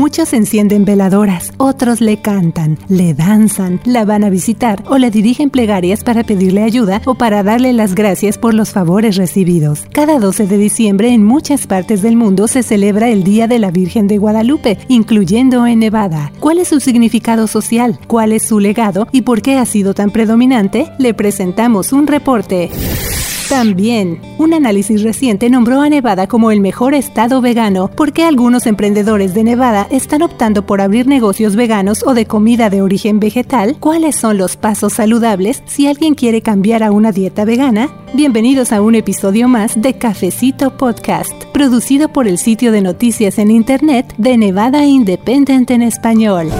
Muchos encienden veladoras, otros le cantan, le danzan, la van a visitar o le dirigen plegarias para pedirle ayuda o para darle las gracias por los favores recibidos. Cada 12 de diciembre en muchas partes del mundo se celebra el Día de la Virgen de Guadalupe, incluyendo en Nevada. ¿Cuál es su significado social? ¿Cuál es su legado? ¿Y por qué ha sido tan predominante? Le presentamos un reporte. También, un análisis reciente nombró a Nevada como el mejor estado vegano porque algunos emprendedores de Nevada están optando por abrir negocios veganos o de comida de origen vegetal. ¿Cuáles son los pasos saludables si alguien quiere cambiar a una dieta vegana? Bienvenidos a un episodio más de Cafecito Podcast, producido por el sitio de noticias en internet de Nevada Independent en español.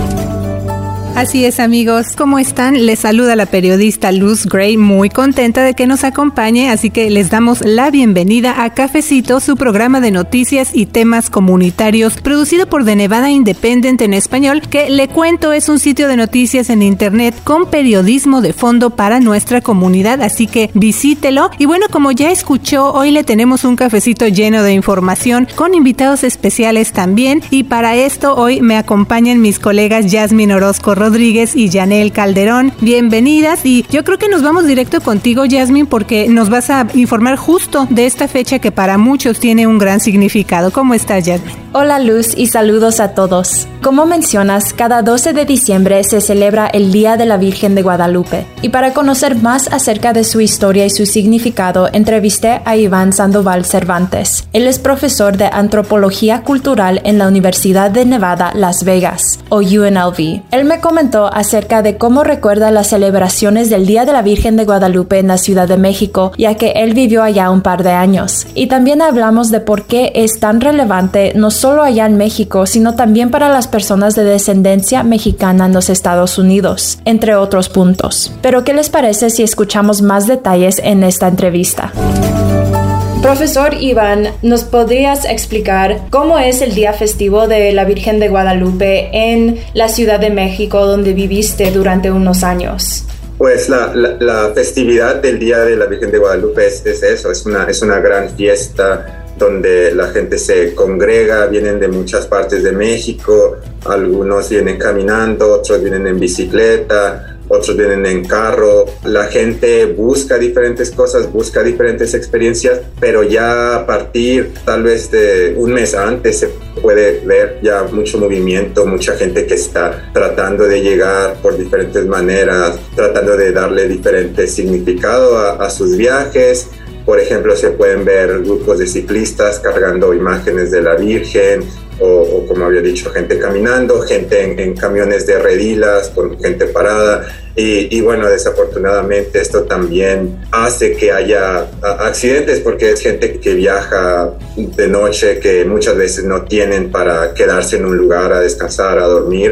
Así es, amigos, ¿cómo están? Les saluda la periodista Luz Gray, muy contenta de que nos acompañe, así que les damos la bienvenida a Cafecito, su programa de noticias y temas comunitarios, producido por The Nevada Independent en español, que le cuento es un sitio de noticias en internet con periodismo de fondo para nuestra comunidad, así que visítelo. Y bueno, como ya escuchó, hoy le tenemos un cafecito lleno de información con invitados especiales también, y para esto hoy me acompañan mis colegas Yasmin Orozco Rodríguez y Yanel Calderón. Bienvenidas, y yo creo que nos vamos directo contigo, Yasmin, porque nos vas a informar justo de esta fecha que para muchos tiene un gran significado. ¿Cómo estás, Yasmin? Hola, Luz, y saludos a todos. Como mencionas, cada 12 de diciembre se celebra el Día de la Virgen de Guadalupe. Y para conocer más acerca de su historia y su significado, entrevisté a Iván Sandoval Cervantes. Él es profesor de Antropología Cultural en la Universidad de Nevada, Las Vegas, o UNLV. Él me comentó acerca de cómo recuerda las celebraciones del Día de la Virgen de Guadalupe en la Ciudad de México, ya que él vivió allá un par de años. Y también hablamos de por qué es tan relevante no solo allá en México, sino también para las personas de descendencia mexicana en los Estados Unidos, entre otros puntos. Pero ¿qué les parece si escuchamos más detalles en esta entrevista? Profesor Iván, ¿nos podrías explicar cómo es el día festivo de la Virgen de Guadalupe en la Ciudad de México, donde viviste durante unos años? Pues la festividad del Día de la Virgen de Guadalupe es eso, es una gran fiesta donde la gente se congrega, vienen de muchas partes de México, algunos vienen caminando, otros vienen en bicicleta, otros vienen en carro. La gente busca diferentes cosas, busca diferentes experiencias, pero ya a partir tal vez de un mes antes se puede ver ya mucho movimiento, mucha gente que está tratando de llegar por diferentes maneras, tratando de darle diferente significado a sus viajes. Por ejemplo, se pueden ver grupos de ciclistas cargando imágenes de la Virgen, o como había dicho, gente caminando, gente en camiones de redilas con gente parada. Y bueno, desafortunadamente esto también hace que haya accidentes, porque es gente que viaja de noche, que muchas veces no tienen para quedarse en un lugar a descansar, a dormir,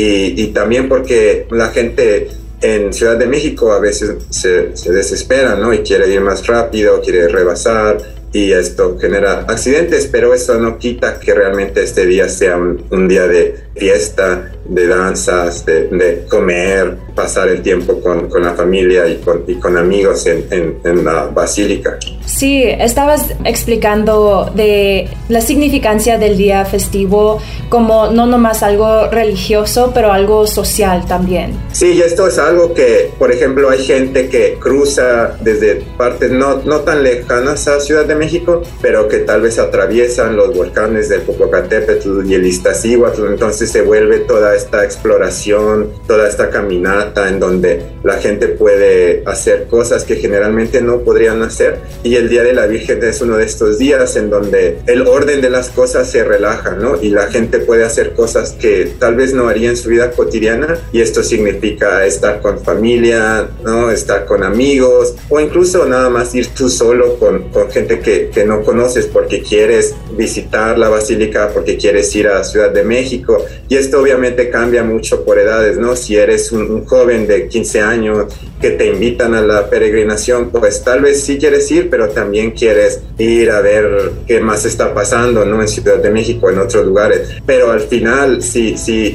y también porque la gente en Ciudad de México a veces se desespera, ¿no? Y quiere ir más rápido, quiere rebasar, y esto genera accidentes, pero eso no quita que realmente este día sea un día de fiesta, de danzas, de comer, pasar el tiempo con la familia y con amigos en la basílica. Sí, estabas explicando de la significancia del día festivo como no nomás algo religioso, pero algo social también. Sí, y esto es algo que, por ejemplo, hay gente que cruza desde partes no tan lejanas a Ciudad de México, pero que tal vez atraviesan los volcanes del Popocatépetl y el Iztaccíhuatl, entonces se vuelve toda esta exploración, toda esta caminata en donde la gente puede hacer cosas que generalmente no podrían hacer, y el Día de la Virgen es uno de estos días en donde el orden de las cosas se relaja, ¿no? Y la gente puede hacer cosas que tal vez no haría en su vida cotidiana, y esto significa estar con familia, ¿no? Estar con amigos, o incluso nada más ir tú solo con gente que no conoces porque quieres visitar la basílica, porque quieres ir a Ciudad de México. Y esto obviamente cambia mucho por edades, ¿no? Si eres un joven de 15 años que te invitan a la peregrinación, pues tal vez sí quieres ir, pero también quieres ir a ver qué más está pasando, ¿no? En Ciudad de México, en otros lugares. Pero al final, sí,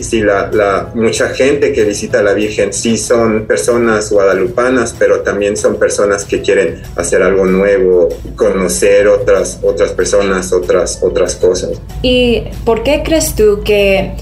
la mucha gente que visita a la Virgen sí son personas guadalupanas, pero también son personas que quieren hacer algo nuevo, conocer otras personas, otras cosas. ¿Y por qué crees tú que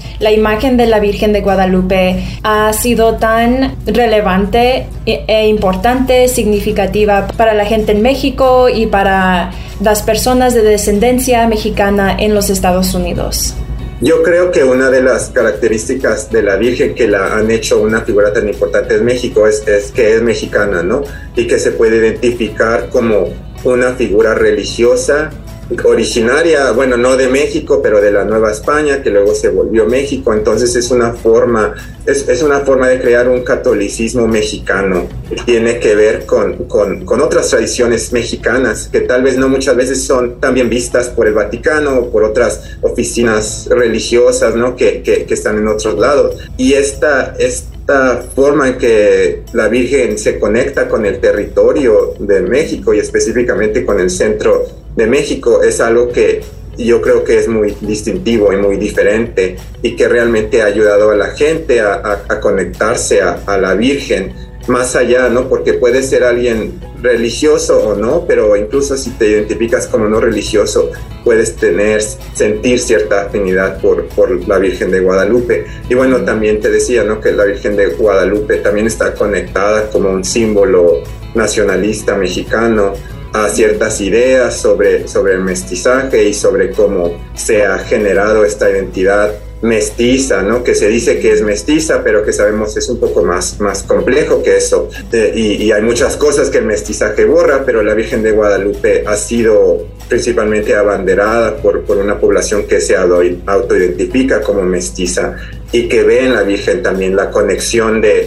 la imagen de la Virgen de Guadalupe ha sido tan relevante e importante, significativa para la gente en México y para las personas de descendencia mexicana en los Estados Unidos? Yo creo que una de las características de la Virgen que la han hecho una figura tan importante en México es que es mexicana, ¿no? Y que se puede identificar como una figura religiosa originaria, bueno, no de México, pero de la Nueva España, que luego se volvió México. Entonces es una forma de crear un catolicismo mexicano. Tiene que ver con otras tradiciones mexicanas que tal vez no muchas veces son tan bien vistas por el Vaticano o por otras oficinas religiosas, ¿no? que están en otros lados. Y esta forma en que la Virgen se conecta con el territorio de México y específicamente con el centro de México es algo que yo creo que es muy distintivo y muy diferente y que realmente ha ayudado a la gente a conectarse a la Virgen más allá, ¿no? Porque puede ser alguien religioso o no, pero incluso si te identificas como no religioso, puedes sentir cierta afinidad por la Virgen de Guadalupe. Y bueno, también te decía, ¿no? Que la Virgen de Guadalupe también está conectada como un símbolo nacionalista mexicano a ciertas ideas sobre el mestizaje y sobre cómo se ha generado esta identidad mestiza, ¿no? Que se dice que es mestiza, pero que sabemos es un poco más complejo que eso. Y hay muchas cosas que el mestizaje borra, pero la Virgen de Guadalupe ha sido principalmente abanderada por una población que se autoidentifica como mestiza y que ve en la Virgen también la conexión de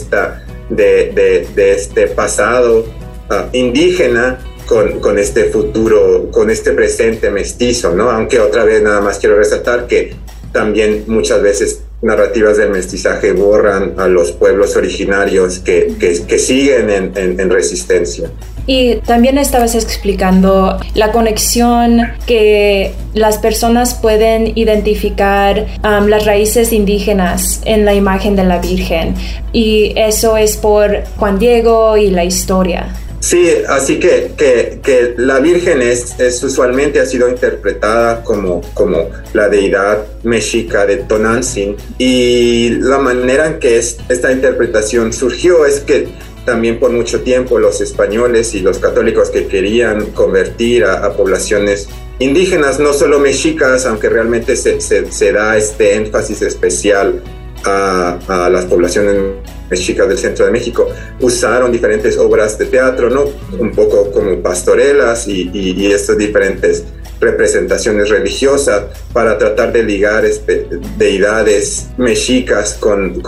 este pasado indígena con este futuro, con este presente mestizo, ¿no? Aunque otra vez nada más quiero resaltar que también muchas veces narrativas del mestizaje borran a los pueblos originarios que siguen en resistencia. Y también estabas explicando la conexión que las personas pueden identificar las raíces indígenas en la imagen de la Virgen. Y eso es por Juan Diego y la historia. Sí, así que la Virgen usualmente ha sido interpretada como la deidad mexica de Tonantzin, y la manera en que esta interpretación surgió es que también por mucho tiempo los españoles y los católicos que querían convertir a poblaciones indígenas, no solo mexicas, aunque realmente se da este énfasis especial a las poblaciones mexicas del centro de México, usaron diferentes obras de teatro, ¿no? Un poco como pastorelas y estas diferentes representaciones religiosas para tratar de ligar deidades mexicas con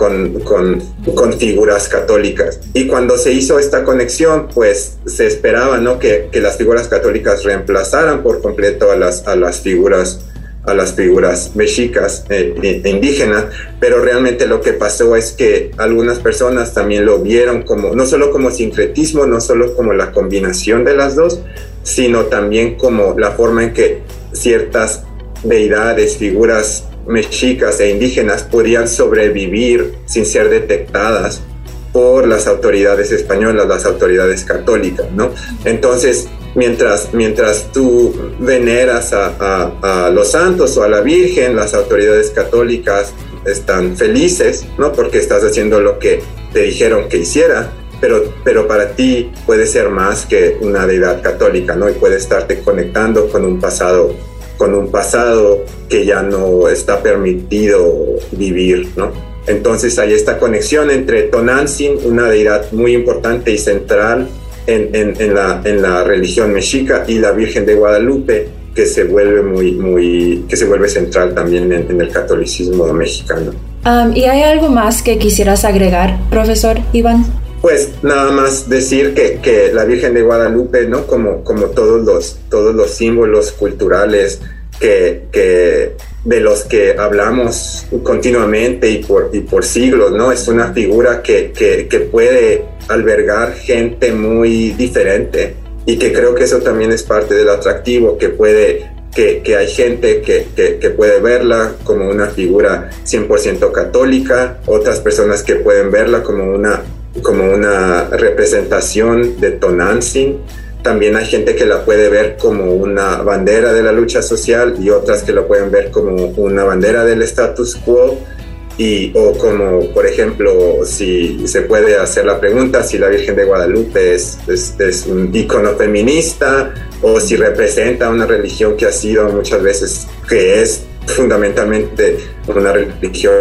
figuras católicas. Y cuando se hizo esta conexión, pues se esperaba, ¿no? que las figuras católicas reemplazaran por completo a las figuras mexicas e indígenas, pero realmente lo que pasó es que algunas personas también lo vieron como, no solo como sincretismo, no solo como la combinación de las dos, sino también como la forma en que ciertas deidades, figuras mexicas e indígenas podían sobrevivir sin ser detectadas por las autoridades españolas, las autoridades católicas, ¿no? Entonces, mientras tú veneras a los santos o a la Virgen, las autoridades católicas están felices, ¿no? Porque estás haciendo lo que te dijeron que hiciera, pero para ti puede ser más que una deidad católica, ¿no? Y puede estarte conectando con un pasado que ya no está permitido vivir, ¿no? Entonces hay esta conexión entre Tonantzin, una deidad muy importante y central en la religión mexica, y la Virgen de Guadalupe, que se vuelve central también en el catolicismo mexicano. ¿Y hay algo más que quisieras agregar, profesor Iván? Pues nada más decir que la Virgen de Guadalupe, ¿no? Como todos los símbolos culturales que de los que hablamos continuamente y por siglos, ¿no? Es una figura que puede albergar gente muy diferente, y que creo que eso también es parte del atractivo, que hay gente que puede verla como una figura 100% católica, otras personas que pueden verla como una representación de Tonantzin, también hay gente que la puede ver como una bandera de la lucha social y otras que lo pueden ver como una bandera del status quo. O como, por ejemplo, si se puede hacer la pregunta si la Virgen de Guadalupe es un ícono feminista o si representa una religión que ha sido muchas veces, que es fundamentalmente una religión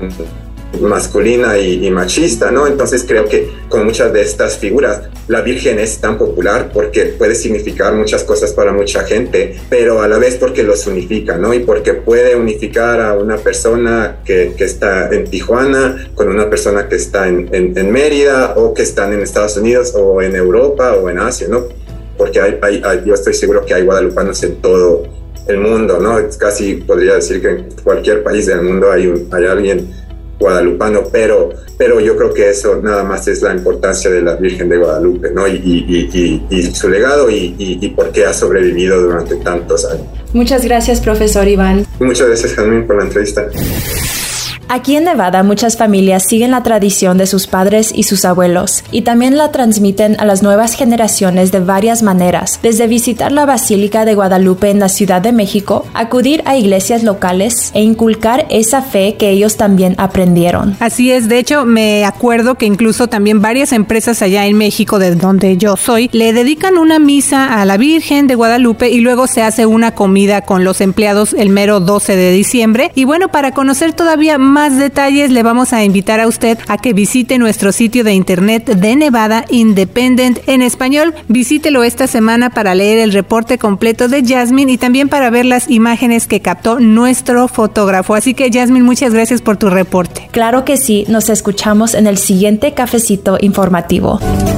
masculina y machista, ¿no? Entonces creo que con muchas de estas figuras la Virgen es tan popular porque puede significar muchas cosas para mucha gente, pero a la vez porque los unifica, ¿no? Y porque puede unificar a una persona que está en Tijuana con una persona que está en Mérida o que están en Estados Unidos o en Europa o en Asia, ¿no? Porque yo estoy seguro que hay guadalupanos en todo el mundo, ¿no? Casi podría decir que en cualquier país del mundo hay alguien guadalupano, pero yo creo que eso nada más es la importancia de la Virgen de Guadalupe, ¿no? Y su legado y por qué ha sobrevivido durante tantos años. Muchas gracias, profesor Iván. Muchas gracias, Jasmine, por la entrevista. Aquí en Nevada muchas familias siguen la tradición de sus padres y sus abuelos y también la transmiten a las nuevas generaciones de varias maneras, desde visitar la Basílica de Guadalupe en la Ciudad de México, acudir a iglesias locales e inculcar esa fe que ellos también aprendieron. Así es, de hecho me acuerdo que incluso también varias empresas allá en México, de donde yo soy, le dedican una misa a la Virgen de Guadalupe y luego se hace una comida con los empleados el mero 12 de diciembre. Y bueno, para conocer todavía más detalles, le vamos a invitar a usted a que visite nuestro sitio de internet de Nevada Independent en español. Visítelo esta semana para leer el reporte completo de Jasmine y también para ver las imágenes que captó nuestro fotógrafo. Así que, Jasmine, muchas gracias por tu reporte. Claro que sí, nos escuchamos en el siguiente cafecito informativo.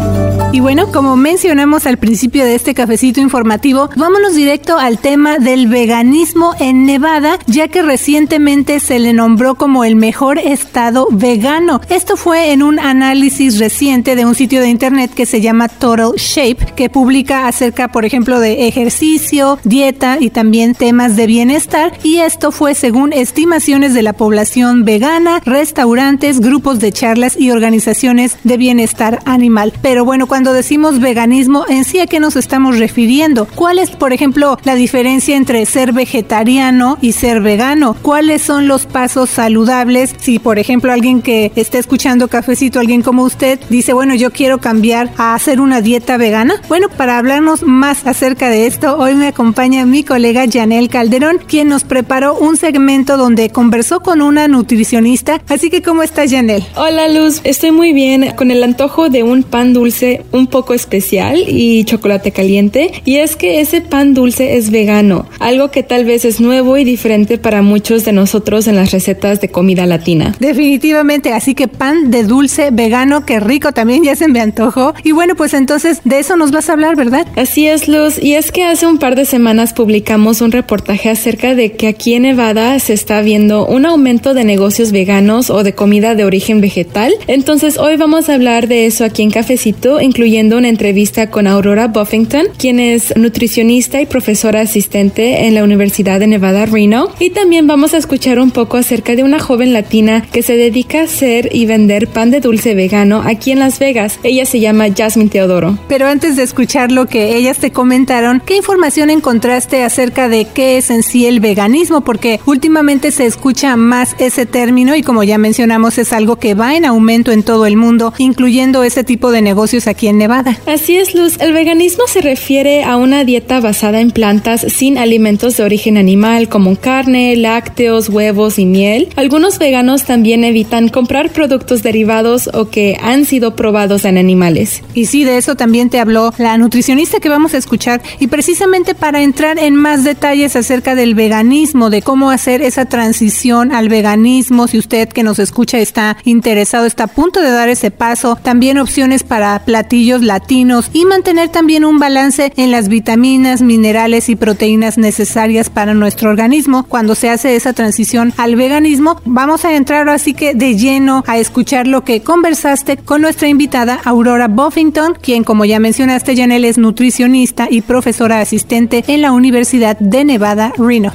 Y bueno, como mencionamos al principio de este cafecito informativo, vámonos directo al tema del veganismo en Nevada, ya que recientemente se le nombró como el mejor estado vegano. Esto fue en un análisis reciente de un sitio de internet que se llama Total Shape, que publica acerca, por ejemplo, de ejercicio, dieta y también temas de bienestar. Y esto fue según estimaciones de la población vegana, restaurantes, grupos de charlas y organizaciones de bienestar animal. Pero bueno, cuando decimos veganismo, ¿en sí a qué nos estamos refiriendo? ¿Cuál es, por ejemplo, la diferencia entre ser vegetariano y ser vegano? ¿Cuáles son los pasos saludables? Si, por ejemplo, alguien que esté escuchando Cafecito, alguien como usted, dice, bueno, yo quiero cambiar a hacer una dieta vegana. Bueno, para hablarnos más acerca de esto, hoy me acompaña mi colega Janel Calderón, quien nos preparó un segmento donde conversó con una nutricionista. Así que, ¿cómo estás, Janel? Hola, Luz. Estoy muy bien, con el antojo de un pan dulce un poco especial y chocolate caliente, y es que ese pan dulce es vegano, algo que tal vez es nuevo y diferente para muchos de nosotros en las recetas de comida latina. Definitivamente, así que pan de dulce vegano, qué rico, también ya se me antojó. Y bueno, pues entonces de eso nos vas a hablar, ¿verdad? Así es, Luz, y es que hace un par de semanas publicamos un reportaje acerca de que aquí en Nevada se está viendo un aumento de negocios veganos o de comida de origen vegetal. Entonces hoy vamos a hablar de eso aquí en Cafecito, incluyendo una entrevista con Aurora Buffington, quien es nutricionista y profesora asistente en la Universidad de Nevada, Reno. Y también vamos a escuchar un poco acerca de una joven latina que se dedica a hacer y vender pan de dulce vegano aquí en Las Vegas. Ella se llama Jasmine Teodoro. Pero antes de escuchar lo que ellas te comentaron, ¿qué información encontraste acerca de qué es en sí el veganismo? Porque últimamente se escucha más ese término y, como ya mencionamos, es algo que va en aumento en todo el mundo, incluyendo ese tipo de negocios aquí en Nevada. Así es, Luz. El veganismo se refiere a una dieta basada en plantas sin alimentos de origen animal como carne, lácteos, huevos y miel. Algunos veganos también evitan comprar productos derivados o que han sido probados en animales. Y sí, de eso también te habló la nutricionista que vamos a escuchar, y precisamente para entrar en más detalles acerca del veganismo, de cómo hacer esa transición al veganismo, si usted que nos escucha está interesado, está a punto de dar ese paso, también opciones para platillos latinos y mantener también un balance en las vitaminas, minerales y proteínas necesarias para nuestro organismo cuando se hace esa transición al veganismo. Vamos a entrar así que de lleno a escuchar lo que conversaste con nuestra invitada Aurora Buffington, quien, como ya mencionaste, Janel, es nutricionista y profesora asistente en la Universidad de Nevada, Reno.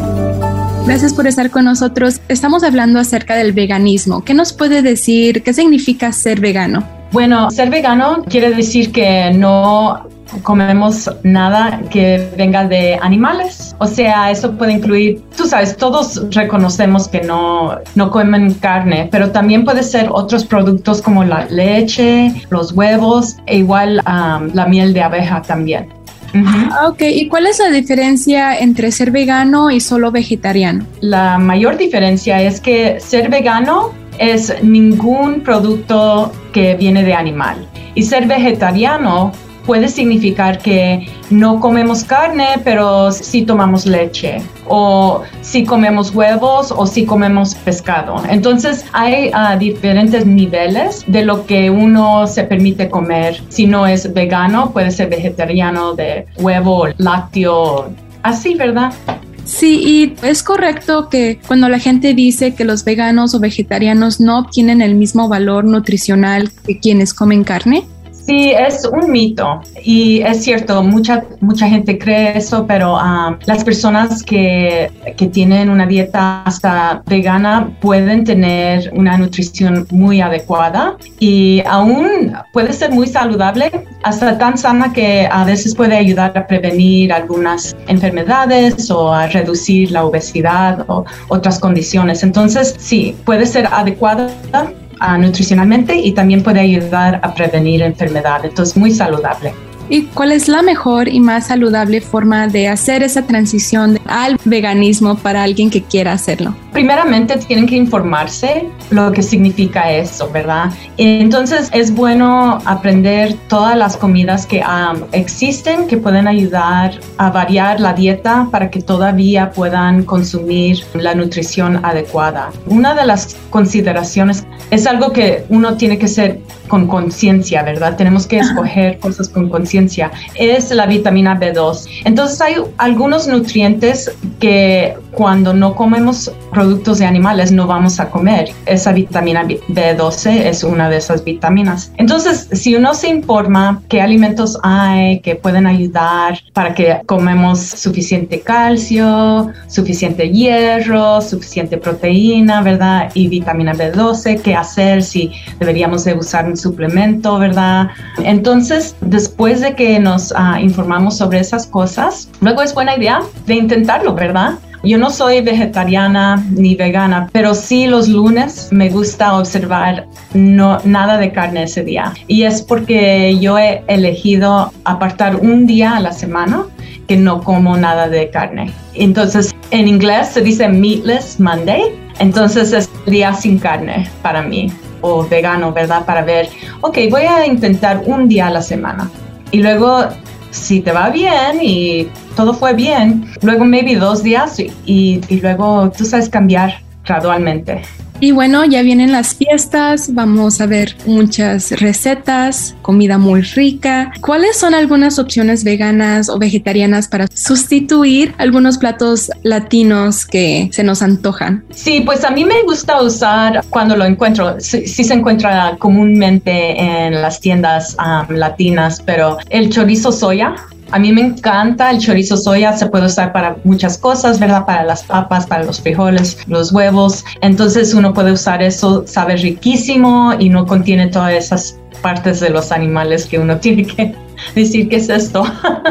Gracias por estar con nosotros. Estamos hablando acerca del veganismo. ¿Qué nos puede decir? ¿Qué significa ser vegano? Bueno, ser vegano quiere decir que no comemos nada que venga de animales. O sea, eso puede incluir, tú sabes, todos reconocemos que no comen carne, pero también puede ser otros productos como la leche, los huevos, e igual la miel de abeja también. Ok, ¿y cuál es la diferencia entre ser vegano y solo vegetariano? La mayor diferencia es que ser vegano es ningún producto que viene de animal. Y ser vegetariano puede significar que no comemos carne, pero sí tomamos leche, o sí comemos huevos, o sí comemos pescado. Entonces hay diferentes niveles de lo que uno se permite comer. Si no es vegano, puede ser vegetariano de huevo, lácteo, así, ¿verdad? Sí, y es correcto que cuando la gente dice que los veganos o vegetarianos no obtienen el mismo valor nutricional que quienes comen carne. Sí, es un mito y es cierto, mucha gente cree eso, pero las personas que tienen una dieta hasta vegana pueden tener una nutrición muy adecuada y aún puede ser muy saludable, hasta tan sana que a veces puede ayudar a prevenir algunas enfermedades o a reducir la obesidad o otras condiciones. Entonces, sí, puede ser adecuada nutricionalmente y también puede ayudar a prevenir enfermedades. Entonces, muy saludable. ¿Y cuál es la mejor y más saludable forma de hacer esa transición al veganismo para alguien que quiera hacerlo? Primeramente tienen que informarse lo que significa eso, ¿verdad? Entonces es bueno aprender todas las comidas que existen que pueden ayudar a variar la dieta para que todavía puedan consumir la nutrición adecuada. Una de las consideraciones es algo que uno tiene que hacer con conciencia, ¿verdad? Tenemos que escoger cosas con conciencia. Es la vitamina B2. Entonces hay algunos nutrientes que cuando no comemos productos de animales no vamos a comer. Esa vitamina B12 es una de esas vitaminas. Entonces, si uno se informa qué alimentos hay que pueden ayudar para que comemos suficiente calcio, suficiente hierro, suficiente proteína, ¿verdad? Y vitamina B12, qué hacer si deberíamos de usar un suplemento, ¿verdad? Entonces, después de que nos informamos sobre esas cosas, luego es buena idea de intentarlo, ¿verdad? Yo no soy vegetariana ni vegana, pero sí los lunes me gusta observar nada de carne ese día. Y es porque yo he elegido apartar un día a la semana que no como nada de carne. Entonces, en inglés se dice Meatless Monday. Entonces, es el día sin carne para mí, o vegano, ¿verdad? Para ver, ok, voy a intentar un día a la semana. Y luego, si te va bien y todo fue bien, luego maybe 2 días y luego tú sabes cambiar gradualmente. Y bueno, ya vienen las fiestas, vamos a ver muchas recetas, comida muy rica. ¿Cuáles son algunas opciones veganas o vegetarianas para sustituir algunos platos latinos que se nos antojan? Sí, pues a mí me gusta usar cuando lo encuentro. Sí se encuentra comúnmente en las tiendas latinas, pero el chorizo soya. A mí me encanta el chorizo soya, se puede usar para muchas cosas, ¿verdad? Para las papas, para los frijoles, los huevos. Entonces uno puede usar eso, sabe riquísimo y no contiene todas esas partes de los animales que uno tiene que decir qué es esto.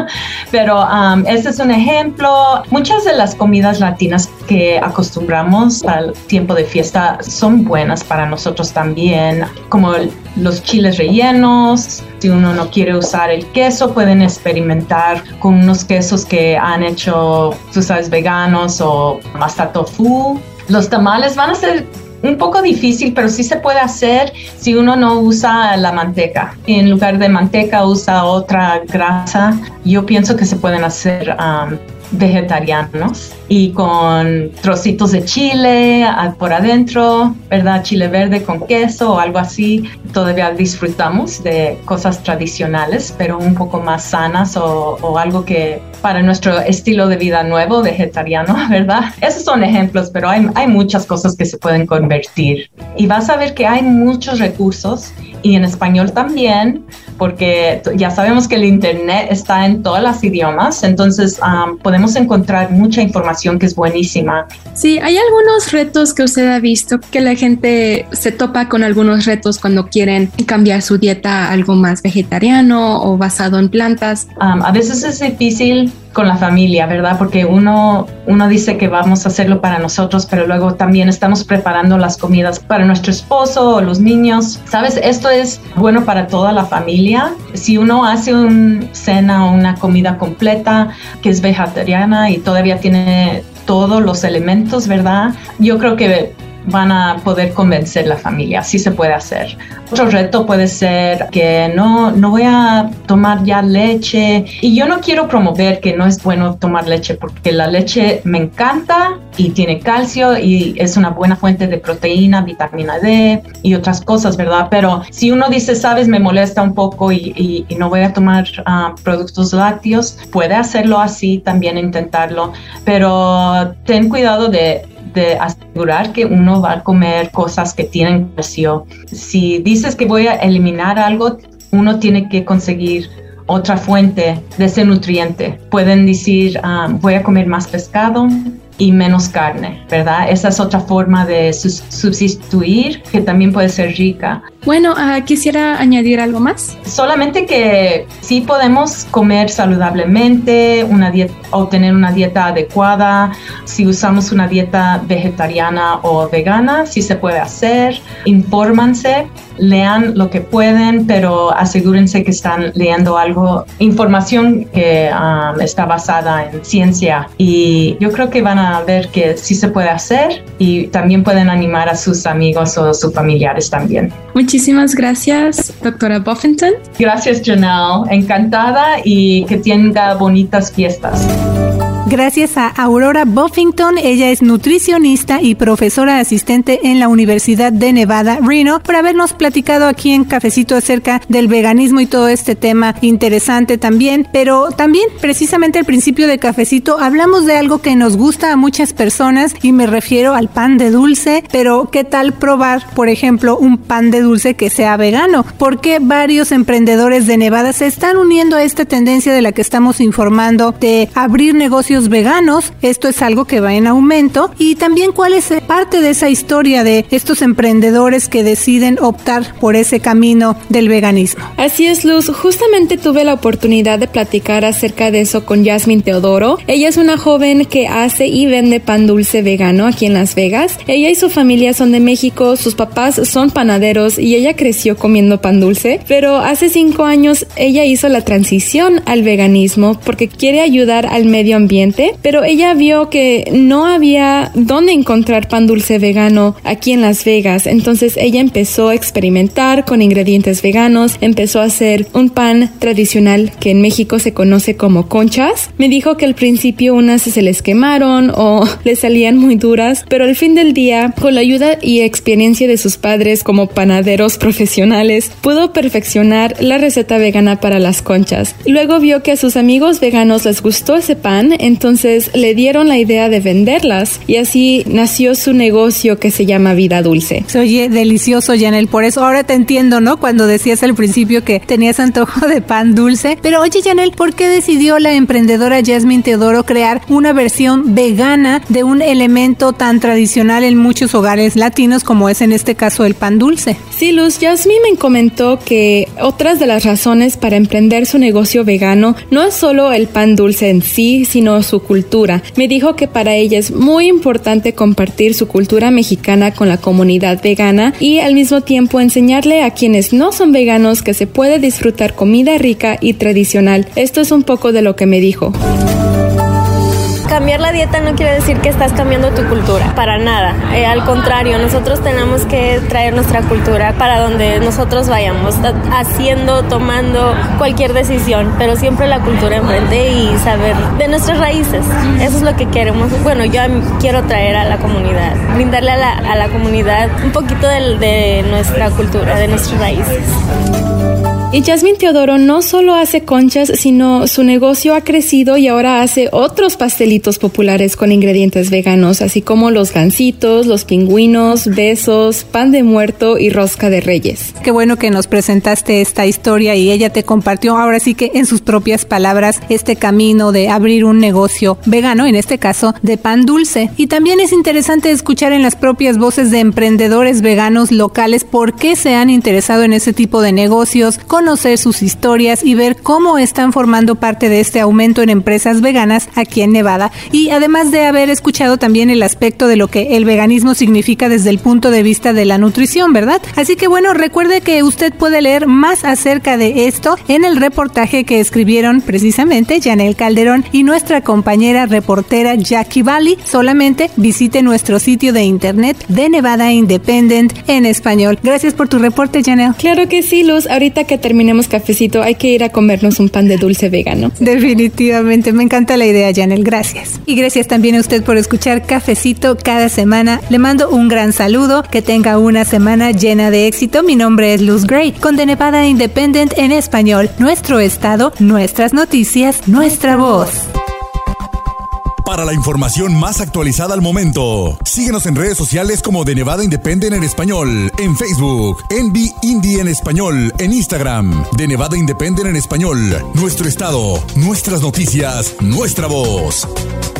Pero este es un ejemplo. Muchas de las comidas latinas que acostumbramos al tiempo de fiesta son buenas para nosotros también, como los chiles rellenos. Si uno no quiere usar el queso, pueden experimentar con unos quesos que han hecho, tú sabes, veganos o hasta tofu. Los tamales van a ser un poco difícil, pero sí se puede hacer si uno no usa la manteca. En lugar de manteca usa otra grasa. Yo pienso que se pueden hacer vegetarianos y con trocitos de chile por adentro, ¿verdad? Chile verde con queso o algo así. Todavía disfrutamos de cosas tradicionales, pero un poco más sanas o algo que para nuestro estilo de vida nuevo, vegetariano, ¿verdad? Esos son ejemplos, pero hay muchas cosas que se pueden convertir. Y vas a ver que hay muchos recursos y en español también, porque ya sabemos que el internet está en todos los idiomas, entonces podemos encontrar mucha información que es buenísima. Sí, hay algunos retos que usted ha visto, que la gente se topa con algunos retos cuando quieren cambiar su dieta a algo más vegetariano o basado en plantas. A veces es difícil con la familia, ¿verdad? Porque uno dice que vamos a hacerlo para nosotros, pero luego también estamos preparando las comidas para nuestro esposo o los niños. ¿Sabes? Esto es bueno para toda la familia. Si uno hace una cena o una comida completa que es vegetariana y todavía tiene todos los elementos, ¿verdad? Yo creo que van a poder convencer a la familia, sí se puede hacer. Otro reto puede ser que no voy a tomar ya leche, y yo no quiero promover que no es bueno tomar leche, porque la leche me encanta y tiene calcio y es una buena fuente de proteína, vitamina D y otras cosas, ¿verdad? Pero si uno dice, sabes, me molesta un poco y no voy a tomar productos lácteos, puede hacerlo así, también intentarlo, pero ten cuidado de asegurar que uno va a comer cosas que tienen calcio. Si dices que voy a eliminar algo, uno tiene que conseguir otra fuente de ese nutriente. Pueden decir, voy a comer más pescado y menos carne, ¿verdad? Esa es otra forma de sustituir que también puede ser rica. Bueno, quisiera añadir algo más. Solamente que sí podemos comer saludablemente, o tener una dieta adecuada. Si usamos una dieta vegetariana o vegana, sí se puede hacer. Infórmanse, lean lo que pueden, pero asegúrense que están leyendo información que está basada en ciencia. Y yo creo que van a ver que sí se puede hacer, y también pueden animar a sus amigos o sus familiares también. Muchísimas gracias, doctora Buffington. Gracias, Janelle. Encantada, y que tenga bonitas fiestas. Gracias a Aurora Buffington, ella es nutricionista y profesora asistente en la Universidad de Nevada, Reno, por habernos platicado aquí en Cafecito acerca del veganismo y todo este tema interesante también. Pero también, precisamente al principio de Cafecito, hablamos de algo que nos gusta a muchas personas, y me refiero al pan de dulce. Pero ¿qué tal probar, por ejemplo, un pan de dulce que sea vegano? Porque varios emprendedores de Nevada se están uniendo a esta tendencia de la que estamos informando, de abrir negocios veganos. Esto es algo que va en aumento. Y también, ¿cuál es parte de esa historia de estos emprendedores que deciden optar por ese camino del veganismo? Así es, Luz. Justamente tuve la oportunidad de platicar acerca de eso con Yasmin Teodoro. Ella es una joven que hace y vende pan dulce vegano aquí en Las Vegas. Ella y su familia son de México, sus papás son panaderos y ella creció comiendo pan dulce, pero hace 5 años ella hizo la transición al veganismo porque quiere ayudar al medio ambiente, pero ella vio que no había dónde encontrar pan dulce vegano aquí en Las Vegas. Entonces ella empezó a experimentar con ingredientes veganos, empezó a hacer un pan tradicional que en México se conoce como conchas. Me dijo que al principio unas se les quemaron o les salían muy duras, pero al fin del día, con la ayuda y experiencia de sus padres como panaderos profesionales, pudo perfeccionar la receta vegana para las conchas. Luego vio que a sus amigos veganos les gustó ese pan, entonces le dieron la idea de venderlas, y así nació su negocio que se llama Vida Dulce. Se oye delicioso, Janelle, por eso ahora te entiendo, ¿no? Cuando decías al principio que tenías antojo de pan dulce. Pero oye, Janelle, ¿por qué decidió la emprendedora Yasmin Teodoro crear una versión vegana de un elemento tan tradicional en muchos hogares latinos como es en este caso el pan dulce? Sí, Luz, Yasmin me comentó que otras de las razones para emprender su negocio vegano no es solo el pan dulce en sí, sino su cultura. Me dijo que para ella es muy importante compartir su cultura mexicana con la comunidad vegana y al mismo tiempo enseñarle a quienes no son veganos que se puede disfrutar comida rica y tradicional. Esto es un poco de lo que me dijo. Cambiar la dieta no quiere decir que estás cambiando tu cultura, para nada. Al contrario, nosotros tenemos que traer nuestra cultura para donde nosotros vayamos, haciendo, tomando cualquier decisión, pero siempre la cultura enfrente y saber de nuestras raíces. Eso es lo que queremos. Bueno, yo quiero traer a la comunidad, brindarle a la comunidad un poquito de nuestra cultura, de nuestras raíces. Y Jasmine Teodoro no solo hace conchas, sino su negocio ha crecido y ahora hace otros pastelitos populares con ingredientes veganos, así como los gansitos, los pingüinos, besos, pan de muerto y rosca de reyes. Qué bueno que nos presentaste esta historia y ella te compartió ahora sí que en sus propias palabras este camino de abrir un negocio vegano, en este caso de pan dulce. Y también es interesante escuchar en las propias voces de emprendedores veganos locales por qué se han interesado en ese tipo de negocios, conocer sus historias y ver cómo están formando parte de este aumento en empresas veganas aquí en Nevada. Y además de haber escuchado también el aspecto de lo que el veganismo significa desde el punto de vista de la nutrición, ¿verdad? Así que bueno, recuerde que usted puede leer más acerca de esto en el reportaje que escribieron precisamente Janel Calderón y nuestra compañera reportera Jackie Valley. Solamente visite nuestro sitio de internet de Nevada Independent en español. Gracias por tu reporte, Janel. Claro que sí, Luz. Ahorita que terminemos cafecito, hay que ir a comernos un pan de dulce vegano. Definitivamente, me encanta la idea, Janel, gracias. Y gracias también a usted por escuchar Cafecito cada semana. Le mando un gran saludo, que tenga una semana llena de éxito. Mi nombre es Luz Gray, con The Nevada Independent en español. Nuestro estado, nuestras noticias, nuestra voz. Para la información más actualizada al momento, síguenos en redes sociales como The Nevada Independent en español, en Facebook, NB Indie en español, en Instagram, The Nevada Independent en español, nuestro estado, nuestras noticias, nuestra voz.